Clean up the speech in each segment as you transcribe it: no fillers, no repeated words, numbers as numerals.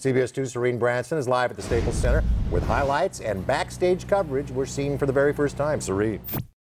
CBS 2's Serene Branson is live at the Staples Center with highlights and backstage coverage we're seeing for the very first time. Serene.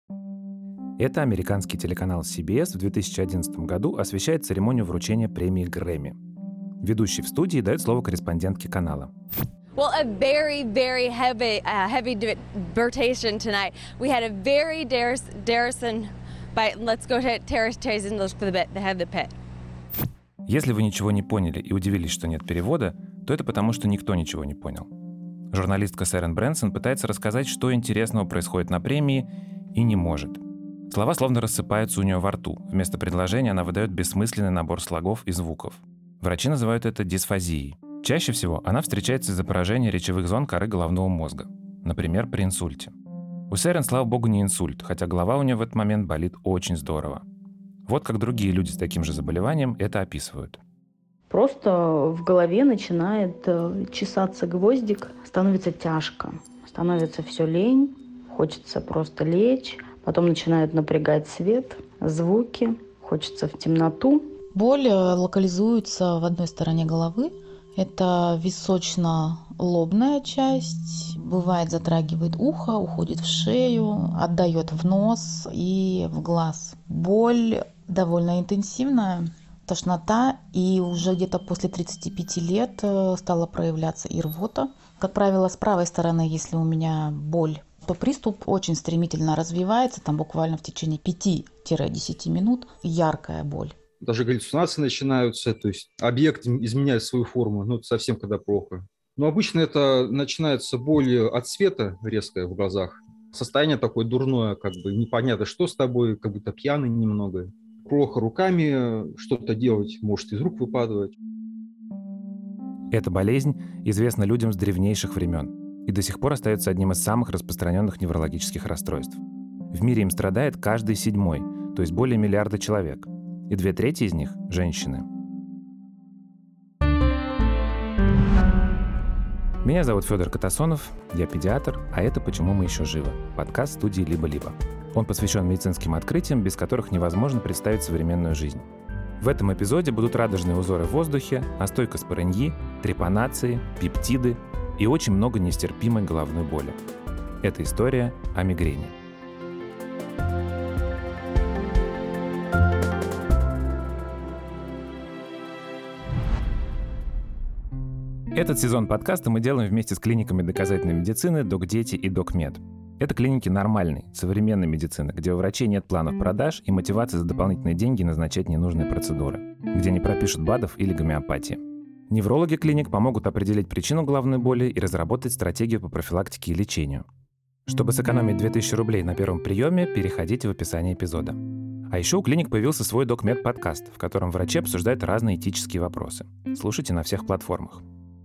Это американский телеканал CBS в 2011 году освещает церемонию вручения премии Грэмми. Ведущий в студии дает слово корреспондентке канала. Well, a very, very heavy debatation tonight. We had a very Darrison, but let's go to Terrace English for the bit. They have the pit. Если вы ничего не поняли и удивились, что нет перевода, то это потому, что никто ничего не понял. Журналистка Серен Брэнсон пытается рассказать, что интересного происходит на премии, и не может. Слова словно рассыпаются у нее во рту. Вместо предложения она выдает бессмысленный набор слогов и звуков. Врачи называют это дисфазией. Чаще всего она встречается из-за поражения речевых зон коры головного мозга. Например, при инсульте. У Серен, слава богу, не инсульт, хотя голова у нее в этот момент болит очень здорово. Вот как другие люди с таким же заболеванием это описывают. Просто в голове начинает чесаться гвоздик, становится тяжко, становится все лень, хочется просто лечь, потом начинает напрягать свет, звуки, хочется в темноту. Боль локализуется в одной стороне головы. Это височно-лобная часть. Бывает, затрагивает ухо, уходит в шею, отдает в нос и в глаз. Боль довольно интенсивная, тошнота, и уже где-то после 35 лет стала проявляться и рвота. Как правило, с правой стороны, если у меня боль, то приступ очень стремительно развивается, там буквально в течение 5-10 минут яркая боль. Даже галлюцинации начинаются, то есть объект изменяет свою форму, это совсем когда плохо. Но обычно это начинается боль от света резкая в глазах. Состояние такое дурное, непонятно, что с тобой, как будто пьяный немного. Плохо руками что-то делать, может из рук выпадывать. Эта болезнь известна людям с древнейших времен и до сих пор остается одним из самых распространенных неврологических расстройств. В мире им страдает каждый 7, то есть более миллиарда человек. И 2/3 из них – женщины. Меня зовут Федор Катасонов, я педиатр, а это «Почему мы еще живы» – подкаст студии «Либо-либо». Он посвящен медицинским открытиям, без которых невозможно представить современную жизнь. В этом эпизоде будут радужные узоры в воздухе, настойка спорыньи, трепанации, пептиды и очень много нестерпимой головной боли. Это история о мигрени. Этот сезон подкаста мы делаем вместе с клиниками доказательной медицины «Док-Дети» и «Док-Мед». Это клиники нормальной, современной медицины, где у врачей нет планов продаж и мотивации за дополнительные деньги назначать ненужные процедуры, где не пропишут БАДов или гомеопатии. Неврологи клиник помогут определить причину головной боли и разработать стратегию по профилактике и лечению. Чтобы сэкономить 2000 рублей на первом приеме, переходите в описание эпизода. А еще у клиник появился свой «Док-Мед» подкаст, в котором врачи обсуждают разные этические вопросы. Слушайте на всех платформах.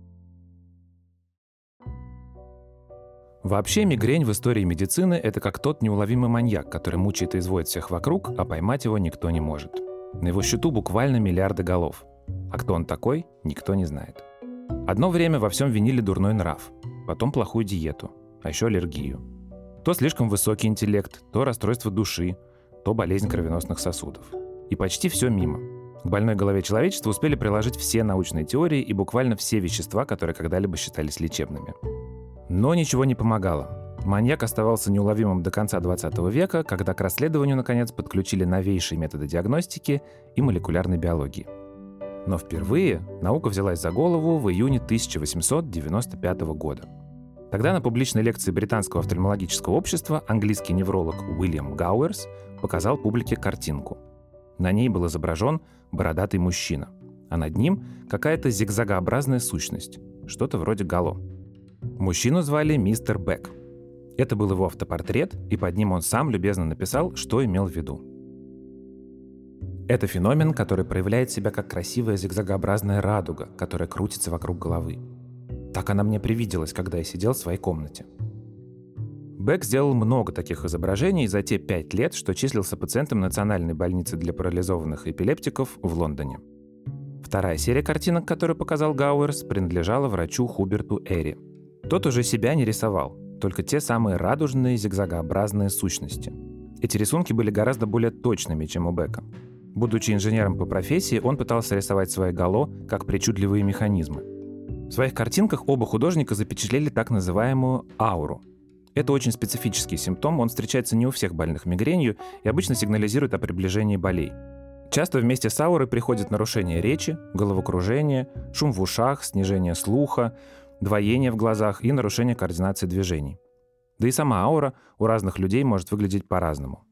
Вообще, мигрень в истории медицины – это как тот неуловимый маньяк, который мучает и изводит всех вокруг, а поймать его никто не может. На его счету буквально миллиарды голов. А кто он такой, никто не знает. Одно время во всем винили дурной нрав, потом плохую диету, а еще аллергию. То слишком высокий интеллект, то расстройство души, то болезнь кровеносных сосудов. И почти все мимо. К больной голове человечества успели приложить все научные теории и буквально все вещества, которые когда-либо считались лечебными. Но ничего не помогало. Маньяк оставался неуловимым до конца 20 века, когда к расследованию, наконец, подключили новейшие методы диагностики и молекулярной биологии. Но впервые наука взялась за голову в июне 1895 года. Тогда на публичной лекции Британского офтальмологического общества английский невролог Уильям Гауэрс показал публике картинку. На ней был изображен бородатый мужчина, а над ним какая-то зигзагообразная сущность, что-то вроде гало. Мужчину звали мистер Бек. Это был его автопортрет, и под ним он сам любезно написал, что имел в виду. Это феномен, который проявляет себя как красивая зигзагообразная радуга, которая крутится вокруг головы. Так она мне привиделась, когда я сидел в своей комнате. Бек сделал много таких изображений за те 5 лет, что числился пациентом Национальной больницы для парализованных эпилептиков в Лондоне. Вторая серия картинок, которую показал Гауэрс, принадлежала врачу Хуберту Эри. Тот уже себя не рисовал, только те самые радужные зигзагообразные сущности. Эти рисунки были гораздо более точными, чем у Бека. Будучи инженером по профессии, он пытался рисовать свои гало как причудливые механизмы. В своих картинках оба художника запечатлели так называемую ауру. Это очень специфический симптом, он встречается не у всех больных мигренью и обычно сигнализирует о приближении болей. Часто вместе с аурой приходят нарушение речи, головокружение, шум в ушах, снижение слуха, двоение в глазах и нарушение координации движений. Да и сама аура у разных людей может выглядеть по-разному.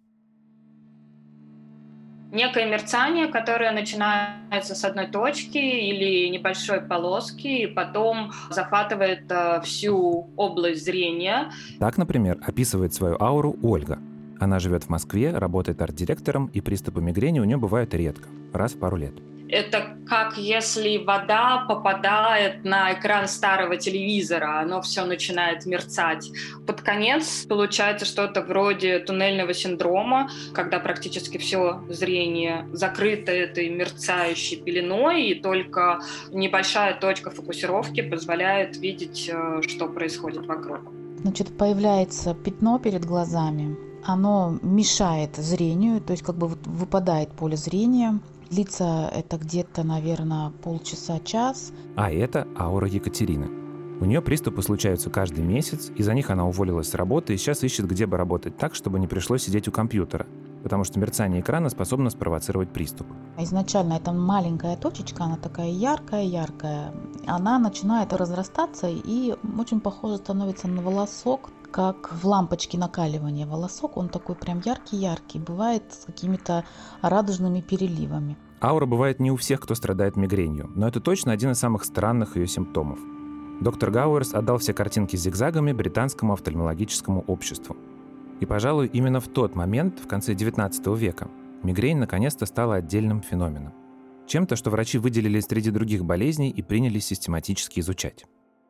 Некое мерцание, которое начинается с одной точки или небольшой полоски, и потом захватывает всю область зрения. Так, например, описывает свою ауру Ольга. Она живет в Москве, работает арт-директором, и приступы мигрени у нее бывают редко, раз в пару лет. Это как если вода попадает на экран старого телевизора, оно все начинает мерцать. Под конец получается что-то вроде туннельного синдрома, когда практически все зрение закрыто этой мерцающей пеленой, и только небольшая точка фокусировки позволяет видеть, что происходит вокруг. Значит, появляется пятно перед глазами, оно мешает зрению, то есть как бы выпадает поле зрения. Длится это где-то, наверное, полчаса-час. А это аура Екатерины. У нее приступы случаются каждый месяц, из-за них она уволилась с работы и сейчас ищет, где бы работать так, чтобы не пришлось сидеть у компьютера, потому что мерцание экрана способно спровоцировать приступ. Изначально это маленькая точечка, она такая яркая. Она начинает разрастаться и очень похоже становится на волосок, как в лампочке накаливания. Волосок, он такой прям яркий, бывает с какими-то радужными переливами. Аура бывает не у всех, кто страдает мигренью, но это точно один из самых странных ее симптомов. Доктор Гауэрс отдал все картинки с зигзагами британскому офтальмологическому обществу. И, пожалуй, именно в тот момент, в конце XIX века, мигрень наконец-то стала отдельным феноменом. Чем-то, что врачи выделили среди других болезней и принялись систематически изучать.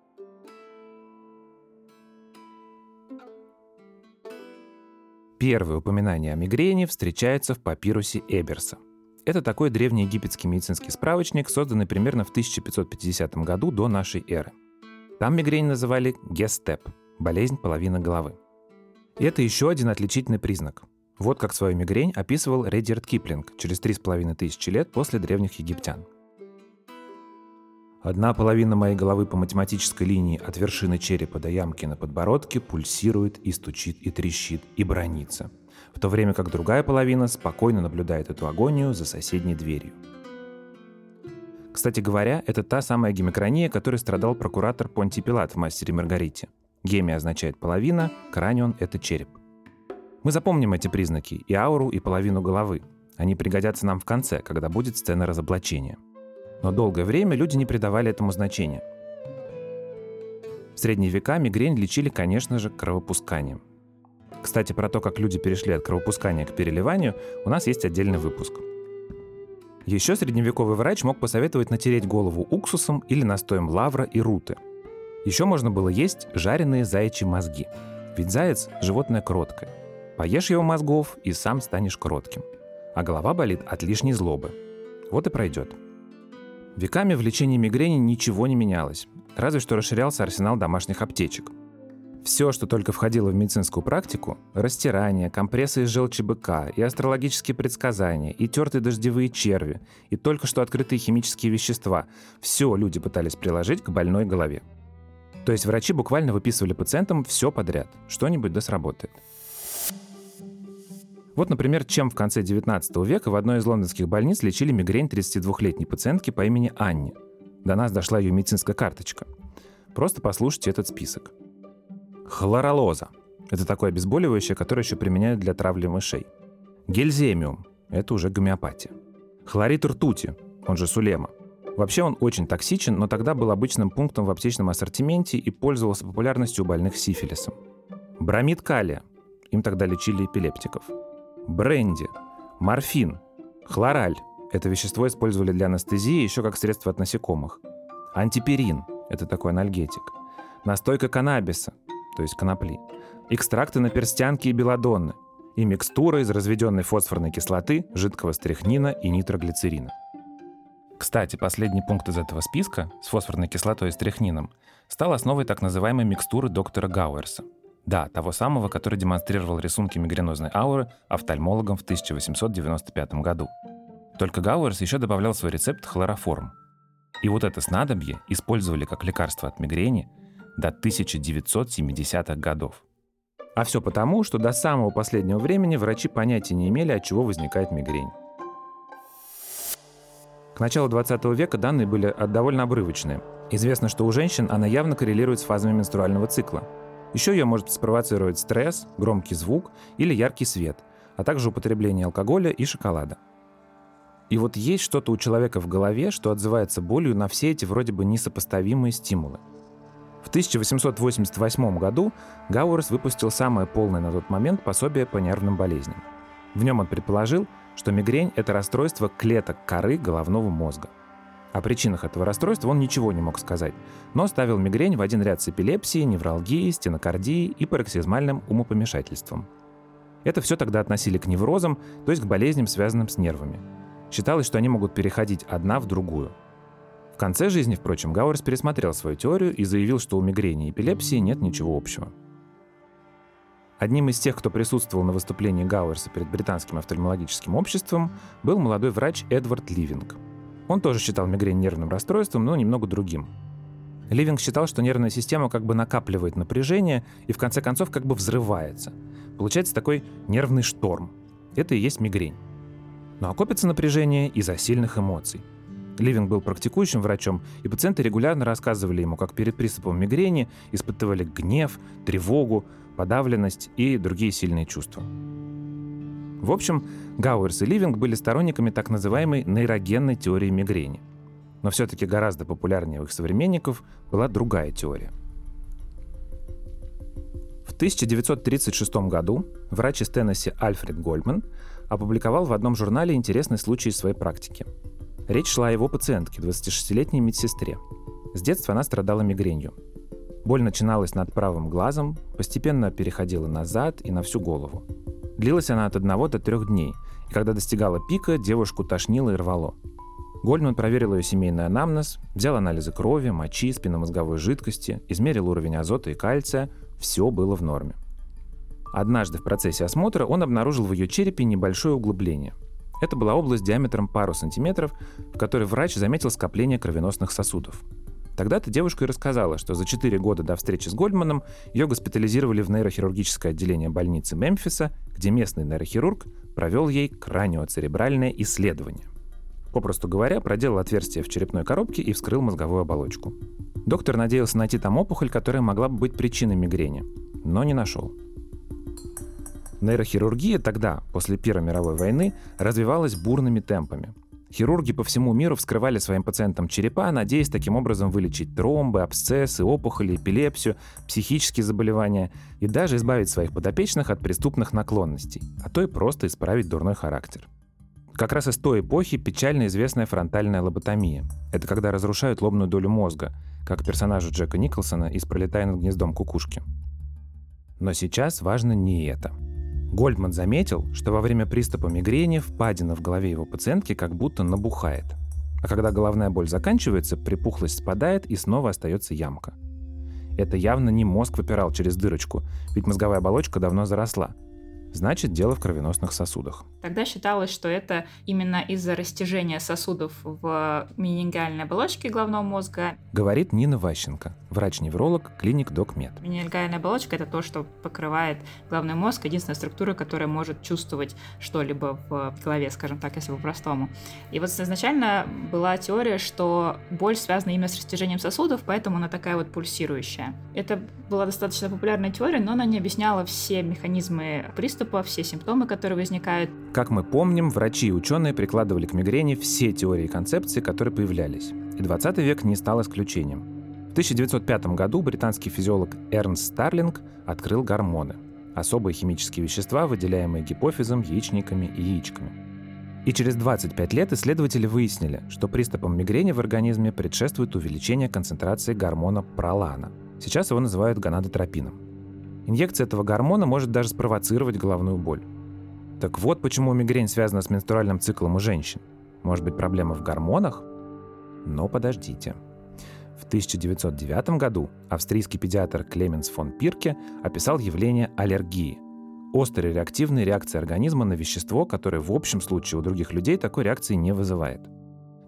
Первое упоминание о мигрени встречается в папирусе Эберса. Это такой древнеегипетский медицинский справочник, созданный примерно в 1550 году до нашей эры. Там мигрень называли гестеп – болезнь половины головы. И это еще один отличительный признак. Вот как свою мигрень описывал Редьярд Киплинг через 3500 лет после древних египтян. Одна половина моей головы по математической линии от вершины черепа до ямки на подбородке пульсирует и стучит, и трещит, и бранится, в то время как другая половина спокойно наблюдает эту агонию за соседней дверью. Кстати говоря, это та самая гемикрония, которой страдал прокуратор Понтий Пилат в «Мастере и Маргарите». Гемия означает половина, кранион — это череп. Мы запомним эти признаки, и ауру, и половину головы. Они пригодятся нам в конце, когда будет сцена разоблачения. Но долгое время люди не придавали этому значения. В средние века мигрень лечили, конечно же, кровопусканием. Кстати, про то, как люди перешли от кровопускания к переливанию, у нас есть отдельный выпуск. Еще средневековый врач мог посоветовать натереть голову уксусом или настоем лавра и руты. Еще можно было есть жареные заячьи мозги. Ведь заяц – животное кроткое. Поешь его мозгов и сам станешь кротким. А голова болит от лишней злобы. Вот и пройдет. Веками в лечении мигрени ничего не менялось, разве что расширялся арсенал домашних аптечек. Все, что только входило в медицинскую практику – растирание, компрессы из желчи быка, и астрологические предсказания, и тертые дождевые черви, и только что открытые химические вещества – все люди пытались приложить к больной голове. То есть врачи буквально выписывали пациентам все подряд, что-нибудь да сработает. Вот, например, чем в конце XIX века в одной из лондонских больниц лечили мигрень 32-летней пациентки по имени Анне. До нас дошла ее медицинская карточка. Просто послушайте этот список. Хлоролоза – это такое обезболивающее, которое еще применяют для травли мышей. Гельземиум – это уже гомеопатия. Хлорид ртути, он же сулема. Вообще он очень токсичен, но тогда был обычным пунктом в аптечном ассортименте и пользовался популярностью у больных сифилисом. Бромид калия – им тогда лечили эпилептиков. Бренди, морфин, хлораль – это вещество использовали для анестезии еще как средство от насекомых. Антиперин – это такой анальгетик. Настойка каннабиса, то есть конопли. Экстракты наперстянки и белладонны. И микстура из разведенной фосфорной кислоты, жидкого стрихнина и нитроглицерина. Кстати, последний пункт из этого списка с фосфорной кислотой и стрихнином стал основой так называемой микстуры доктора Гауэрса. Да, того самого, который демонстрировал рисунки мигренозной ауры офтальмологам в 1895 году. Только Гауэрс еще добавлял в свой рецепт хлороформ. И вот это снадобье использовали как лекарство от мигрени до 1970-х годов. А все потому, что до самого последнего времени врачи понятия не имели, от чего возникает мигрень. К началу 20 века данные были довольно обрывочные. Известно, что у женщин она явно коррелирует с фазами менструального цикла. Еще ее может спровоцировать стресс, громкий звук или яркий свет, а также употребление алкоголя и шоколада. И вот есть что-то у человека в голове, что отзывается болью на все эти вроде бы несопоставимые стимулы. В 1888 году Гауэрс выпустил самое полное на тот момент пособие по нервным болезням. В нем он предположил, что мигрень — это расстройство клеток коры головного мозга. О причинах этого расстройства он ничего не мог сказать, но ставил мигрень в один ряд с эпилепсией, невралгией, стенокардией и пароксизмальным умопомешательством. Это все тогда относили к неврозам, то есть к болезням, связанным с нервами. Считалось, что они могут переходить одна в другую. В конце жизни, впрочем, Гауэрс пересмотрел свою теорию и заявил, что у мигрени и эпилепсии нет ничего общего. Одним из тех, кто присутствовал на выступлении Гауэрса перед Британским офтальмологическим обществом, был молодой врач Эдвард Ливинг. Он тоже считал мигрень нервным расстройством, но немного другим. Ливинг считал, что нервная система как бы накапливает напряжение и в конце концов как бы взрывается. Получается такой нервный шторм. Это и есть мигрень. Но окопится напряжение из-за сильных эмоций. Ливинг был практикующим врачом, и пациенты регулярно рассказывали ему, как перед приступом мигрени испытывали гнев, тревогу, подавленность и другие сильные чувства. В общем, Гауэрс и Ливинг были сторонниками так называемой нейрогенной теории мигрени. Но все-таки гораздо популярнее у их современников была другая теория. В 1936 году врач из Теннесси Альфред Гольдман опубликовал в одном журнале интересный случай из своей практики. Речь шла о его пациентке, 26-летней медсестре. С детства она страдала мигренью. Боль начиналась над правым глазом, постепенно переходила назад и на всю голову. Длилась она от 1 до 3 дней, и когда достигала пика, девушку тошнило и рвало. Гольдман проверил ее семейный анамнез, взял анализы крови, мочи, спинномозговой жидкости, измерил уровень азота и кальция, все было в норме. Однажды в процессе осмотра он обнаружил в ее черепе небольшое углубление. Это была область диаметром пару сантиметров, в которой врач заметил скопление кровеносных сосудов. Тогда-то девушка и рассказала, что за 4 года до встречи с Гольдманом ее госпитализировали в нейрохирургическое отделение больницы Мемфиса, где местный нейрохирург провел ей краниоцеребральное исследование. Попросту говоря, проделал отверстие в черепной коробке и вскрыл мозговую оболочку. Доктор надеялся найти там опухоль, которая могла бы быть причиной мигрени, но не нашел. Нейрохирургия тогда, после Первой мировой войны, развивалась бурными темпами. Хирурги по всему миру вскрывали своим пациентам черепа, надеясь таким образом вылечить тромбы, абсцессы, опухоли, эпилепсию, психические заболевания и даже избавить своих подопечных от преступных наклонностей, а то и просто исправить дурной характер. Как раз из той эпохи печально известная фронтальная лоботомия. Это когда разрушают лобную долю мозга, как персонажу Джека Николсона из «Пролетая над гнездом кукушки». Но сейчас важно не это. Гольдман заметил, что во время приступа мигрени впадина в голове его пациентки как будто набухает. А когда головная боль заканчивается, припухлость спадает и снова остается ямка. Это явно не мозг выпирал через дырочку, ведь мозговая оболочка давно заросла. Значит, дело в кровеносных сосудах. Тогда считалось, что это именно из-за растяжения сосудов в менингальной оболочке головного мозга. Говорит Нина Ващенко, врач-невролог, клиник Докмед. Менингальная оболочка — это то, что покрывает головной мозг, единственная структура, которая может чувствовать что-либо в голове, скажем так, если по-простому. И вот изначально была теория, что боль связана именно с растяжением сосудов, поэтому она такая вот пульсирующая. Это была достаточно популярная теория, но она не объясняла все механизмы приступа, все симптомы, которые возникают. Как мы помним, врачи и ученые прикладывали к мигрени все теории и концепции, которые появлялись. И 20 век не стал исключением. В 1905 году британский физиолог Эрнст Старлинг открыл гормоны – особые химические вещества, выделяемые гипофизом, яичниками и яичками. И через 25 лет исследователи выяснили, что приступам мигрени в организме предшествует увеличение концентрации гормона пролана. Сейчас его называют гонадотропином. Инъекция этого гормона может даже спровоцировать головную боль. Так вот, почему мигрень связана с менструальным циклом у женщин. Может быть, проблема в гормонах? Но подождите. В 1909 году австрийский педиатр Клеменс фон Пирке описал явление аллергии – острой реактивной реакции организма на вещество, которое в общем случае у других людей такой реакции не вызывает.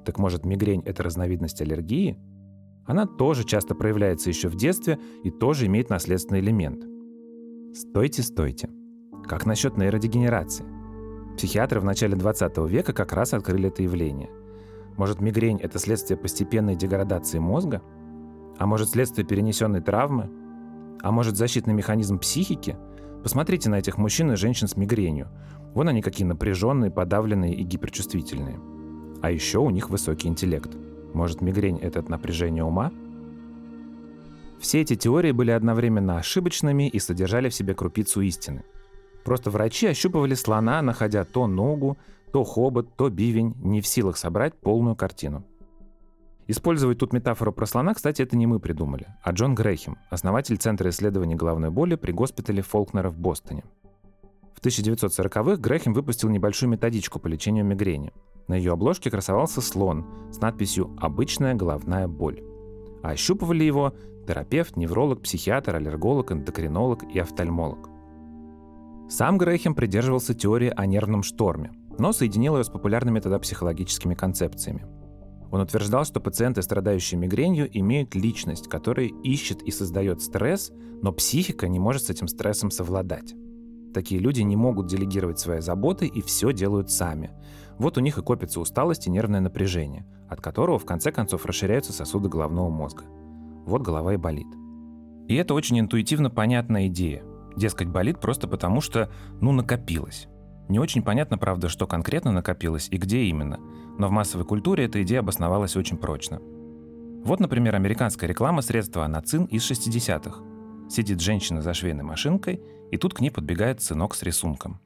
Так может, мигрень – это разновидность аллергии? Она тоже часто проявляется еще в детстве и тоже имеет наследственный элемент. Стойте. Как насчет нейродегенерации? Психиатры в начале 20 века как раз открыли это явление. Может, мигрень – это следствие постепенной деградации мозга? А может, следствие перенесенной травмы? А может, защитный механизм психики? Посмотрите на этих мужчин и женщин с мигренью. Вон они какие напряженные, подавленные и гиперчувствительные. А еще у них высокий интеллект. Может, мигрень – это от напряжения ума? Все эти теории были одновременно ошибочными и содержали в себе крупицу истины. Просто врачи ощупывали слона, находя то ногу, то хобот, то бивень, не в силах собрать полную картину. Использовать тут метафору про слона, кстати, это не мы придумали, а Джон Грэхэм, основатель Центра исследований головной боли при госпитале Фолкнера в Бостоне. В 1940-х Грэхэм выпустил небольшую методичку по лечению мигрени. На ее обложке красовался слон с надписью «Обычная головная боль». А ощупывали его терапевт, невролог, психиатр, аллерголог, эндокринолог и офтальмолог. Сам Грэхэм придерживался теории о нервном шторме, но соединил ее с популярными тогда психологическими концепциями. Он утверждал, что пациенты, страдающие мигренью, имеют личность, которая ищет и создает стресс, но психика не может с этим стрессом совладать. Такие люди не могут делегировать свои заботы и все делают сами. Вот у них и копится усталость и нервное напряжение, от которого в конце концов расширяются сосуды головного мозга. Вот голова и болит. И это очень интуитивно понятная идея. Дескать, болит просто потому, что, накопилось. Не очень понятно, правда, что конкретно накопилось и где именно, но в массовой культуре эта идея обосновалась очень прочно. Вот, например, американская реклама средства анацин из 60-х. Сидит женщина за швейной машинкой, и тут к ней подбегает сынок с рисунком.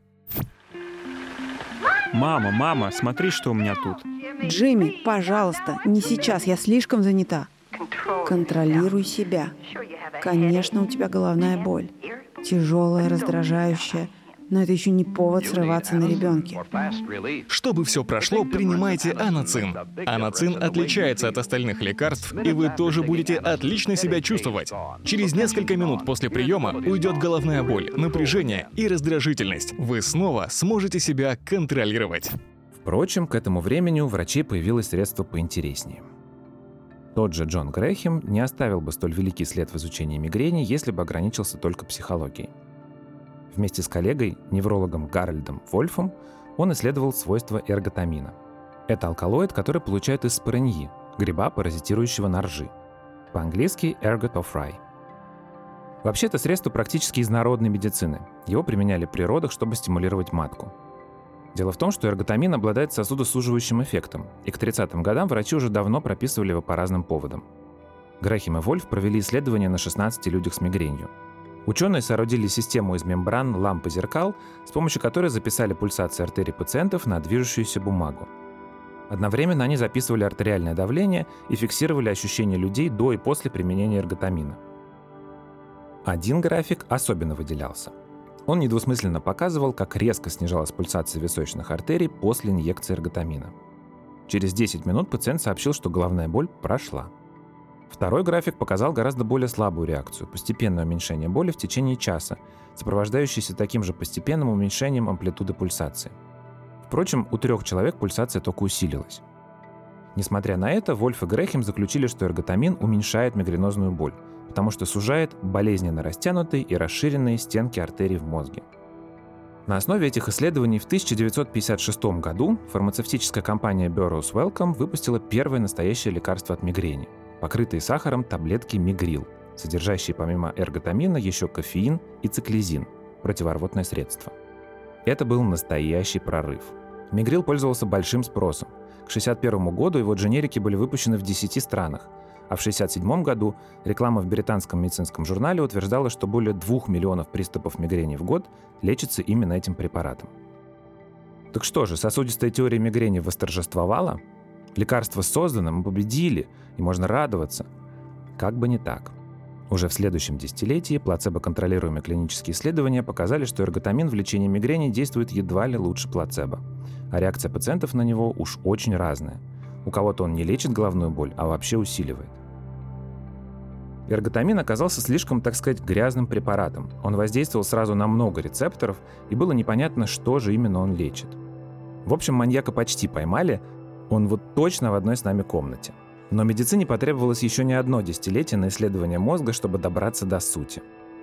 Мама, смотри, что у меня тут. Джимми, пожалуйста, не сейчас, я слишком занята. Контролируй себя. Конечно, у тебя головная боль. Тяжелая, раздражающая. Но это еще не повод срываться на ребенке. Чтобы все прошло, принимайте анацин. Анацин отличается от остальных лекарств, и вы тоже будете отлично себя чувствовать. Через несколько минут после приема уйдет головная боль, напряжение и раздражительность. Вы снова сможете себя контролировать. Впрочем, к этому времени у врачей появилось средство поинтереснее. Тот же Джон Грэхэм не оставил бы столь великий след в изучении мигрени, если бы ограничился только психологией. Вместе с коллегой, неврологом Гарольдом Вольфом, он исследовал свойства эрготамина. Это алкалоид, который получают из спорыньи, гриба, паразитирующего на ржи. По-английски ergot of rye. Вообще, это средство практически из народной медицины. Его применяли при родах, чтобы стимулировать матку. Дело в том, что эрготамин обладает сосудосуживающим эффектом, и к 30-м годам врачи уже давно прописывали его по разным поводам. Грэхэм и Вольф провели исследования на 16 людях с мигренью. Ученые соорудили систему из мембран, ламп и зеркал, с помощью которой записали пульсации артерий пациентов на движущуюся бумагу. Одновременно они записывали артериальное давление и фиксировали ощущения людей до и после применения эрготамина. Один график особенно выделялся. Он недвусмысленно показывал, как резко снижалась пульсация височных артерий после инъекции эрготамина. Через 10 минут пациент сообщил, что головная боль прошла. Второй график показал гораздо более слабую реакцию – постепенное уменьшение боли в течение часа, сопровождающееся таким же постепенным уменьшением амплитуды пульсации. Впрочем, у 3 человек пульсация только усилилась. Несмотря на это, Вольф и Грэхэм заключили, что эрготамин уменьшает мигренозную боль, потому что сужает болезненно растянутые и расширенные стенки артерий в мозге. На основе этих исследований в 1956 году фармацевтическая компания Burroughs Wellcome выпустила первое настоящее лекарство от мигрени – покрытые сахаром таблетки Мигрил, содержащие помимо эрготамина еще кофеин и циклизин – противорвотное средство. Это был настоящий прорыв. Мигрил пользовался большим спросом. К 1961 году его дженерики были выпущены в 10 странах, а в 1967 году реклама в британском медицинском журнале утверждала, что более 2 миллионов приступов мигрени в год лечатся именно этим препаратом. Так что же, сосудистая теория мигрени восторжествовала? Лекарство создано, мы победили, и можно радоваться. Как бы не так. Уже в следующем десятилетии плацебо-контролируемые клинические исследования показали, что эрготамин в лечении мигрени действует едва ли лучше плацебо, а реакция пациентов на него уж очень разная. У кого-то он не лечит головную боль, а вообще усиливает. Эрготамин оказался слишком, так сказать, грязным препаратом. Он воздействовал сразу на много рецепторов, и было непонятно, что же именно он лечит. В общем, маньяка почти поймали, Он вот точно в одной с нами комнате. Но медицине потребовалось еще не одно десятилетие на исследование мозга, чтобы добраться до сути.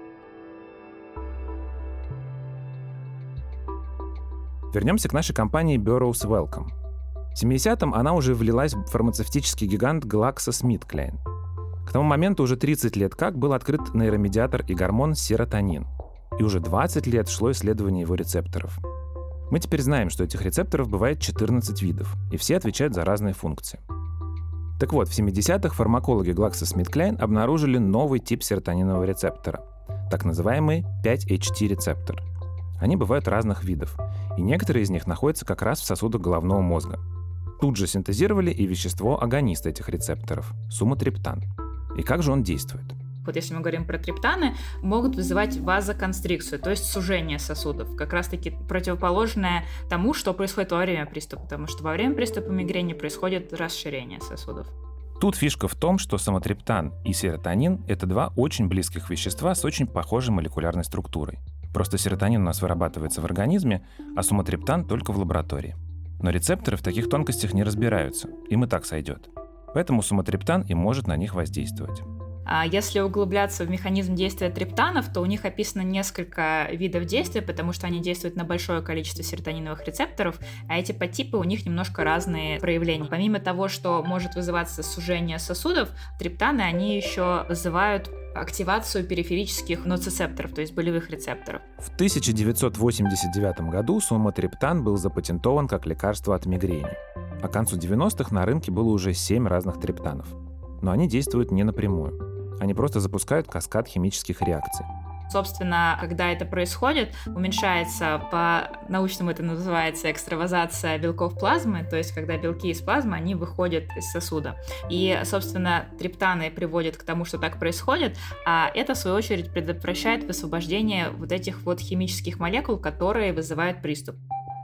Вернемся к нашей компании Burroughs Wellcome. В 70-м она уже влилась в фармацевтический гигант GlaxoSmithKline. К тому моменту уже 30 лет как был открыт нейромедиатор и гормон серотонин. И уже 20 лет шло исследование его рецепторов. Мы теперь знаем, что этих рецепторов бывает 14 видов, и все отвечают за разные функции. Так вот, в 70-х фармакологи GlaxoSmithKline обнаружили новый тип серотонинового рецептора, так называемый 5-HT-рецептор. Они бывают разных видов, и некоторые из них находятся как раз в сосудах головного мозга. Тут же синтезировали и вещество-агонист этих рецепторов – суматриптан. И как же он действует? Вот если мы говорим про триптаны, могут вызывать вазоконстрикцию, то есть сужение сосудов, как раз-таки противоположное тому, что происходит во время приступа, потому что во время приступа мигрени происходит расширение сосудов. Тут фишка в том, что суматриптан и серотонин – это два очень близких вещества с очень похожей молекулярной структурой. Просто серотонин у нас вырабатывается в организме, а суматриптан только в лаборатории. Но рецепторы в таких тонкостях не разбираются, им и так сойдет. Поэтому суматриптан и может на них воздействовать. А если углубляться в механизм действия триптанов, то у них описано несколько видов действия, потому что они действуют на большое количество серотониновых рецепторов, а эти подтипы у них немножко разные проявления. Помимо того, что может вызываться сужение сосудов, триптаны, они еще вызывают активацию периферических ноцицепторов, то есть болевых рецепторов. В 1989 году суматриптан был запатентован как лекарство от мигрени. А к концу 90-х на рынке было уже 7 разных триптанов. Но они действуют не напрямую. Они просто запускают каскад химических реакций. Собственно, когда это происходит, уменьшается, по-научному это называется экстравазация белков плазмы, то есть когда белки из плазмы, они выходят из сосуда. И, собственно, триптаны приводят к тому, что так происходит, а это, в свою очередь, предотвращает высвобождение вот этих вот химических молекул, которые вызывают приступ.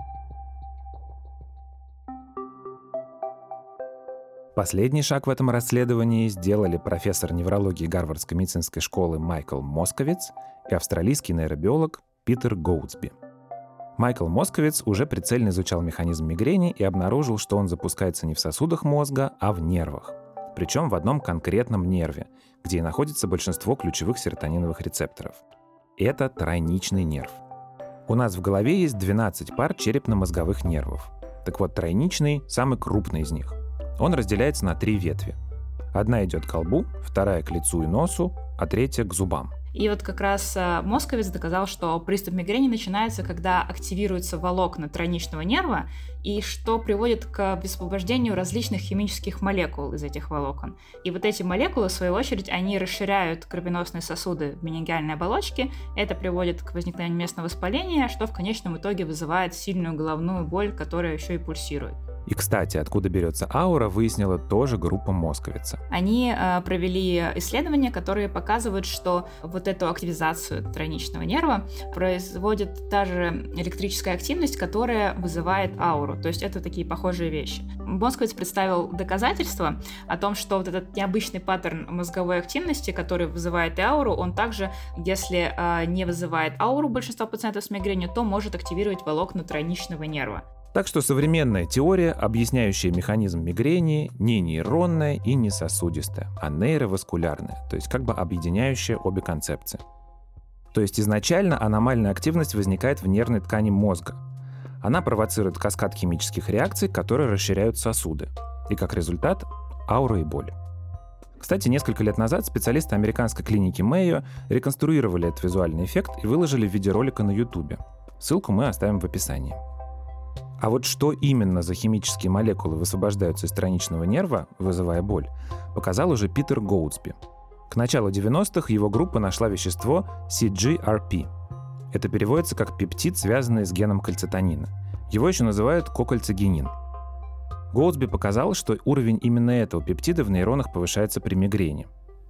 Последний шаг в этом расследовании сделали профессор неврологии Гарвардской медицинской школы Майкл Московиц и австралийский нейробиолог Питер Гоутсби. Майкл Московиц уже прицельно изучал механизм мигрени и обнаружил, что он запускается не в сосудах мозга, а в нервах. Причем в одном конкретном нерве, где и находится большинство ключевых серотониновых рецепторов. Это тройничный нерв. У нас в голове есть 12 пар черепно-мозговых нервов. Так вот, тройничный – самый крупный из них. Он разделяется на 3 ветви. Одна идет к лбу, вторая к лицу и носу, а третья к зубам. И вот как раз Московиц доказал, что приступ мигрени начинается, когда активируются волокна тройничного нерва, и что приводит к высвобождению различных химических молекул из этих волокон. И вот эти молекулы, в свою очередь, они расширяют кровеносные сосуды в менингиальной оболочке. Это приводит к возникновению местного воспаления, что в конечном итоге вызывает сильную головную боль, которая еще и пульсирует. И, кстати, откуда берется аура, выяснила тоже группа Московица. Они провели исследования, которые показывают, что вот эту активизацию тройничного нерва производит та же электрическая активность, которая вызывает ауру. То есть это такие похожие вещи. Московиц представил доказательства о том, что вот этот необычный паттерн мозговой активности, который вызывает и ауру, он также, если не вызывает ауру большинства пациентов с мигренью, то может активировать волокна тройничного нерва. Так что современная теория, объясняющая механизм мигрени, не нейронная и не сосудистая, а нейроваскулярная, то есть как бы объединяющая обе концепции. То есть изначально аномальная активность возникает в нервной ткани мозга. Она провоцирует каскад химических реакций, которые расширяют сосуды. И как результат – аура и боль. Кстати, несколько лет назад специалисты американской клиники Мэйо реконструировали этот визуальный эффект и выложили в виде ролика на YouTube. Ссылку мы оставим в описании. А вот что именно за химические молекулы высвобождаются из тройничного нерва, вызывая боль, показал уже Питер Гоутсби. К началу 90-х его группа нашла вещество CGRP. Это переводится как пептид, связанный с геном кальцитонина. Его еще называют кокальцигенин. Гоутсби показал, что уровень именно этого пептида в нейронах повышается при мигрени.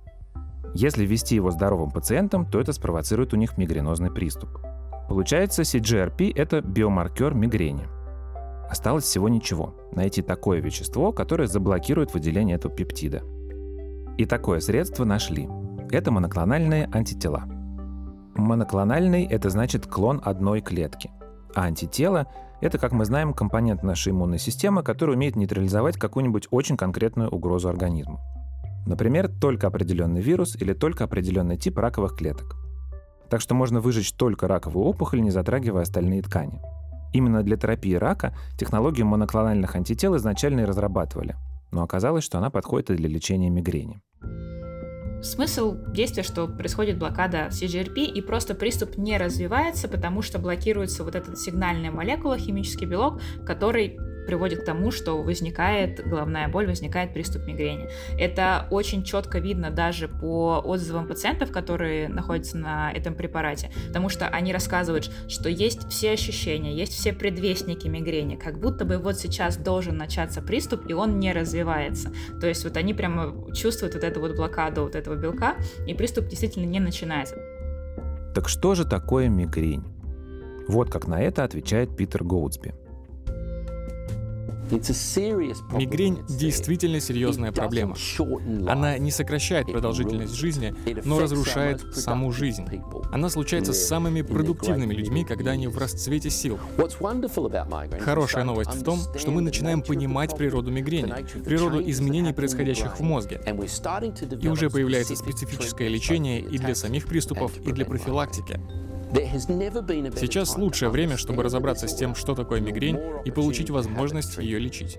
Если ввести его здоровым пациентам, то это спровоцирует у них мигренозный приступ. Получается, CGRP – это биомаркер мигрени. Осталось всего ничего – найти такое вещество, которое заблокирует выделение этого пептида. И такое средство нашли. Это моноклональные антитела. Моноклональный – это значит клон одной клетки, а антитело Это, как мы знаем, компонент нашей иммунной системы, который умеет нейтрализовать какую-нибудь очень конкретную угрозу организму. Например, только определенный вирус или только определенный тип раковых клеток. Так что можно выжечь только раковую опухоль, не затрагивая остальные ткани. Именно для терапии рака технологию моноклональных антител изначально и разрабатывали, но оказалось, что она подходит и для лечения мигрени. Смысл действия, что происходит блокада CGRP, и просто приступ не развивается, потому что блокируется вот эта сигнальная молекула, химический белок, который приводит к тому, что возникает головная боль, возникает приступ мигрени. Это очень четко видно даже по отзывам пациентов, которые находятся на этом препарате, потому что они рассказывают, что есть все ощущения, есть все предвестники мигрени, как будто бы вот сейчас должен начаться приступ, и он не развивается. То есть вот они прямо чувствуют вот эту вот блокаду вот этого белка, и приступ действительно не начинается. Так что же такое мигрень? Вот как на это отвечает Питер Гоутсби. Мигрень действительно серьезная проблема. Она не сокращает продолжительность жизни, но разрушает саму жизнь. Она случается с самыми продуктивными людьми, когда они в расцвете сил. Хорошая новость в том, что мы начинаем понимать природу мигрени, природу изменений, происходящих в мозге. И уже появляется специфическое лечение и для самих приступов, и для профилактики. Сейчас лучшее время, чтобы разобраться с тем, что такое мигрень, и получить возможность ее лечить.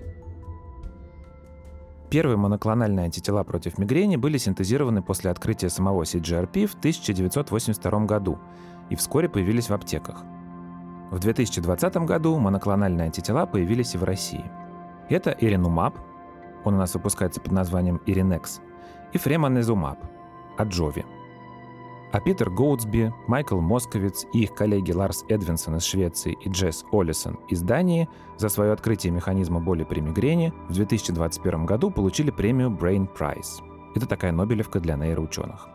Первые моноклональные антитела против мигрени были синтезированы после открытия самого CGRP в 1982 году и вскоре появились в аптеках. В 2020 году моноклональные антитела появились и в России. Это Erenumab, он у нас выпускается под названием Erinex, и Fremanezumab от Jovi. А Питер Гоутсби, Майкл Московиц и их коллеги Ларс Эдвинсон из Швеции и Джесс Олисон из Дании за свое открытие механизма боли при мигрени в 2021 году получили премию Brain Prize. Это такая Нобелевка для нейроученых.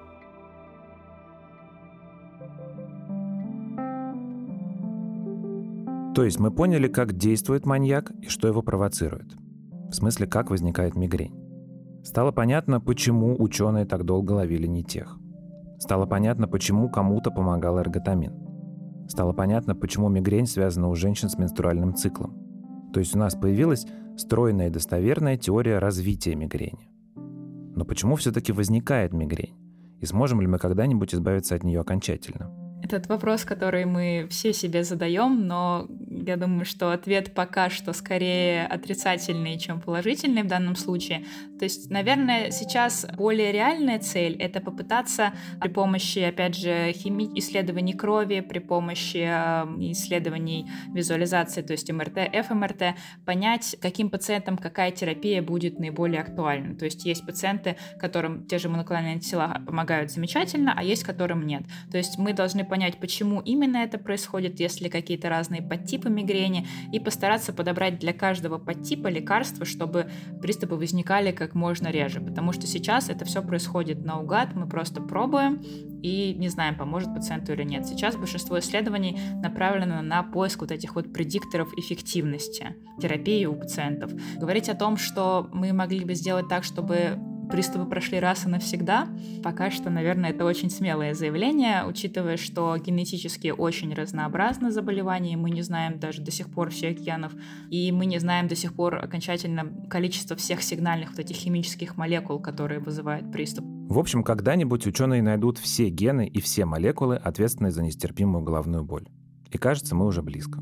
То есть мы поняли, как действует маньяк и что его провоцирует. В смысле, как возникает мигрень. Стало понятно, почему ученые так долго ловили не тех. Стало понятно, почему кому-то помогал эрготамин. Стало понятно, почему мигрень связана у женщин с менструальным циклом. То есть у нас появилась стройная и достоверная теория развития мигрени. Но почему все-таки возникает мигрень? И сможем ли мы когда-нибудь избавиться от нее окончательно? Этот вопрос, который мы все себе задаем, но я думаю, что ответ пока что скорее отрицательный, чем положительный в данном случае. То есть, наверное, сейчас более реальная цель — это попытаться при помощи, опять же, исследований крови, при помощи исследований визуализации, то есть МРТ, ФМРТ, понять, каким пациентам какая терапия будет наиболее актуальна. То есть есть пациенты, которым те же моноклональные антитела помогают замечательно, а есть которым нет. То есть мы должны понять, почему именно это происходит, если какие-то разные подтипы мигрени, и постараться подобрать для каждого подтипа лекарства, чтобы приступы возникали как можно реже. Потому что сейчас это все происходит наугад, мы просто пробуем и не знаем, поможет пациенту или нет. Сейчас большинство исследований направлено на поиск вот этих вот предикторов эффективности терапии у пациентов. Говорить о том, что мы могли бы сделать так, чтобы приступы прошли раз и навсегда, пока что, наверное, это очень смелое заявление, учитывая, что генетически очень разнообразно заболевание, мы не знаем даже до сих пор всех генов, и мы не знаем до сих пор окончательно количество всех сигнальных вот этих химических молекул, которые вызывают приступ. В общем, когда-нибудь ученые найдут все гены и все молекулы, ответственные за нестерпимую головную боль. И кажется, мы уже близко.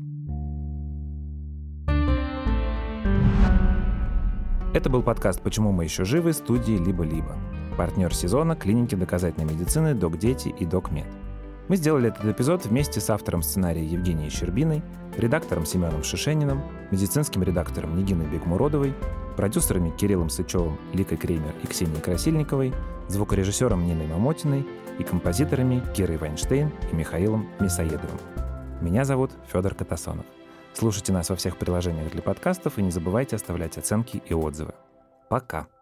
Это был подкаст «Почему мы еще живы» студии «Либо-либо». Партнер сезона — клиники доказательной медицины «Док-Дети» и «Док-Мед». Мы сделали этот эпизод вместе с автором сценария Евгенией Щербиной, редактором Семеном Шишениным, медицинским редактором Нигиной Бекмуродовой, продюсерами Кириллом Сычевым, Ликой Креймер и Ксенией Красильниковой, звукорежиссером Ниной Мамотиной и композиторами Кирой Вайнштейн и Михаилом Мясоедовым. Меня зовут Федор Катасонов. Слушайте нас во всех приложениях для подкастов и не забывайте оставлять оценки и отзывы. Пока!